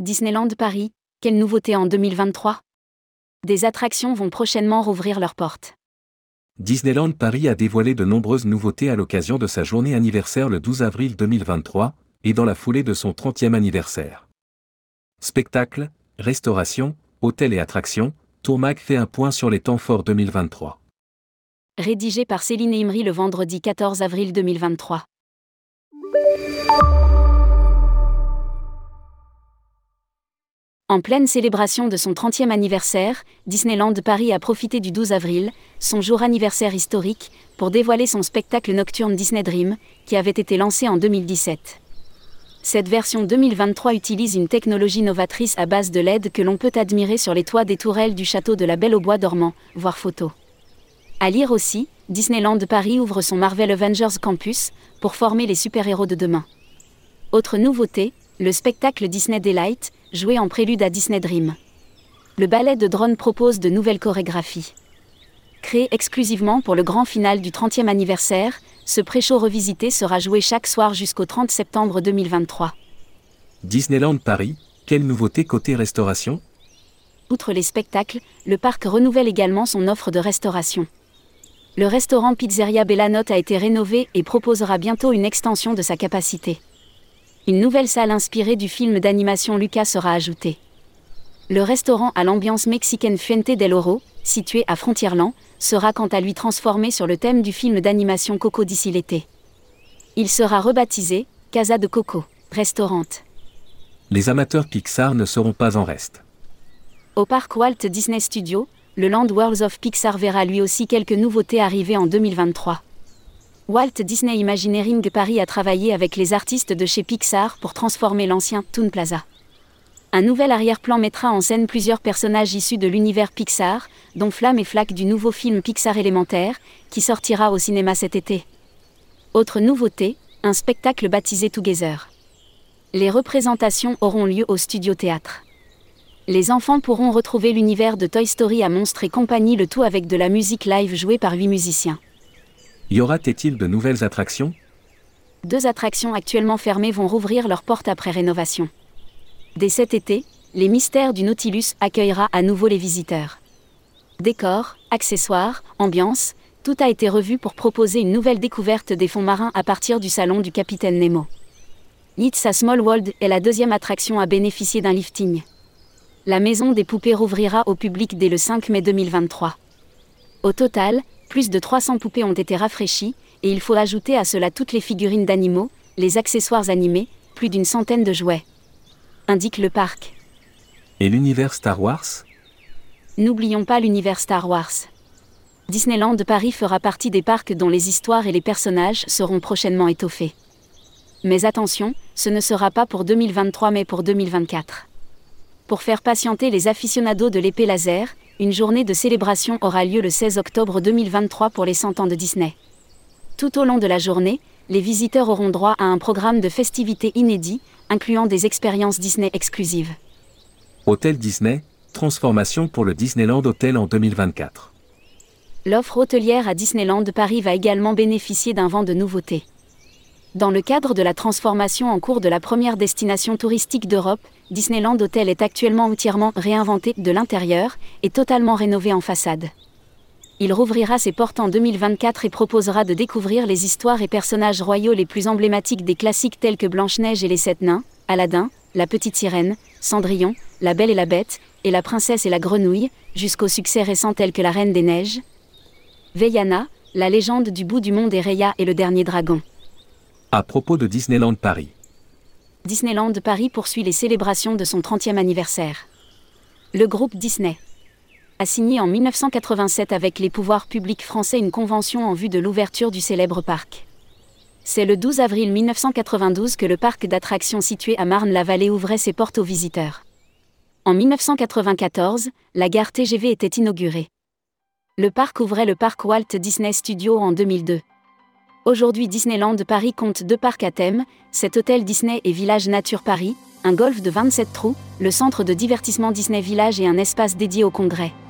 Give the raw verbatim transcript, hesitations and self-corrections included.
Disneyland Paris, quelle nouveauté en deux mille vingt-trois ? Des attractions vont prochainement rouvrir leurs portes. Disneyland Paris a dévoilé de nombreuses nouveautés à l'occasion de sa journée anniversaire le douze avril deux mille vingt-trois, et dans la foulée de son trentième anniversaire. Spectacles, restauration, hôtels et attractions, Tourmag fait un point sur les temps forts deux mille vingt-trois. Rédigé par Céline Imri le vendredi quatorze avril deux mille vingt-trois. En pleine célébration de son trentième anniversaire, Disneyland Paris a profité du douze avril, son jour anniversaire historique, pour dévoiler son spectacle nocturne Disney Dream, qui avait été lancé en deux mille dix-sept. Cette version deux mille vingt-trois utilise une technologie novatrice à base de L E D que l'on peut admirer sur les toits des tourelles du château de la Belle au bois dormant, voir photo. À lire aussi, Disneyland Paris ouvre son Marvel Avengers Campus, pour former les super-héros de demain. Autre nouveauté, le spectacle Disney Delight, joué en prélude à Disney Dream. Le ballet de drone propose de nouvelles chorégraphies. Créé exclusivement pour le grand final du trentième anniversaire, ce pré-show revisité sera joué chaque soir jusqu'au trente septembre deux mille vingt-trois. Disneyland Paris, quelle nouveauté côté restauration ? Outre les spectacles, le parc renouvelle également son offre de restauration. Le restaurant Pizzeria Bella Notte a été rénové et proposera bientôt une extension de sa capacité. Une nouvelle salle inspirée du film d'animation Luca sera ajoutée. Le restaurant à l'ambiance mexicaine Fuente del Oro, situé à Frontierland, sera quant à lui transformé sur le thème du film d'animation Coco d'ici l'été. Il sera rebaptisé Casa de Coco, restaurant. Les amateurs Pixar ne seront pas en reste. Au parc Walt Disney Studios, le Land Worlds of Pixar verra lui aussi quelques nouveautés arriver en deux mille vingt-trois. Walt Disney Imagineering Paris a travaillé avec les artistes de chez Pixar pour transformer l'ancien Toon Plaza. Un nouvel arrière-plan mettra en scène plusieurs personnages issus de l'univers Pixar, dont Flamme et Flaque du nouveau film Pixar Élémentaire, qui sortira au cinéma cet été. Autre nouveauté, un spectacle baptisé Together. Les représentations auront lieu au Studio Théâtre. Les enfants pourront retrouver l'univers de Toy Story à Monstres et compagnie, le tout avec de la musique live jouée par huit musiciens. Y aura-t-il de nouvelles attractions ? Deux attractions actuellement fermées vont rouvrir leurs portes après rénovation. Dès cet été, les Mystères du Nautilus accueillera à nouveau les visiteurs. Décors, accessoires, ambiance, tout a été revu pour proposer une nouvelle découverte des fonds marins à partir du salon du Capitaine Nemo. It's a Small World est la deuxième attraction à bénéficier d'un lifting. La maison des poupées rouvrira au public dès le cinq mai deux mille vingt-trois. Au total, plus de trois cents poupées ont été rafraîchies, et il faut ajouter à cela toutes les figurines d'animaux, les accessoires animés, plus d'une centaine de jouets. Indique le parc. Et l'univers Star Wars ? N'oublions pas l'univers Star Wars. Disneyland Paris fera partie des parcs dont les histoires et les personnages seront prochainement étoffés. Mais attention, ce ne sera pas pour deux mille vingt-trois mais pour deux mille vingt-quatre. Pour faire patienter les aficionados de l'épée laser, une journée de célébration aura lieu le seize octobre deux mille vingt-trois pour les cent ans de Disney. Tout au long de la journée, les visiteurs auront droit à un programme de festivités inédit, incluant des expériences Disney exclusives. Hôtel Disney, transformation pour le Disneyland Hotel en deux mille vingt-quatre. L'offre hôtelière à Disneyland Paris va également bénéficier d'un vent de nouveautés. Dans le cadre de la transformation en cours de la première destination touristique d'Europe, Disneyland Hotel est actuellement entièrement réinventé de l'intérieur et totalement rénové en façade. Il rouvrira ses portes en deux mille vingt-quatre et proposera de découvrir les histoires et personnages royaux les plus emblématiques des classiques tels que Blanche-Neige et les Sept Nains, Aladdin, La Petite Sirène, Cendrillon, La Belle et la Bête, et La Princesse et la Grenouille, jusqu'aux succès récents tels que La Reine des Neiges, Vaiana, La Légende du bout du monde et Raya et le Dernier Dragon. À propos de Disneyland Paris. Disneyland Paris poursuit les célébrations de son trentième anniversaire. Le groupe Disney a signé en mille neuf cent quatre-vingt-sept avec les pouvoirs publics français une convention en vue de l'ouverture du célèbre parc. C'est le douze avril mille neuf cent quatre-vingt-douze que le parc d'attractions situé à Marne-la-Vallée ouvrait ses portes aux visiteurs. En mille neuf cent quatre-vingt-quatorze, la gare T G V était inaugurée. Le parc ouvrait le parc Walt Disney Studios en deux mille deux. Aujourd'hui Disneyland Paris compte deux parcs à thème, cet hôtel Disney et Village Nature Paris, un golf de vingt-sept trous, le centre de divertissement Disney Village et un espace dédié au congrès.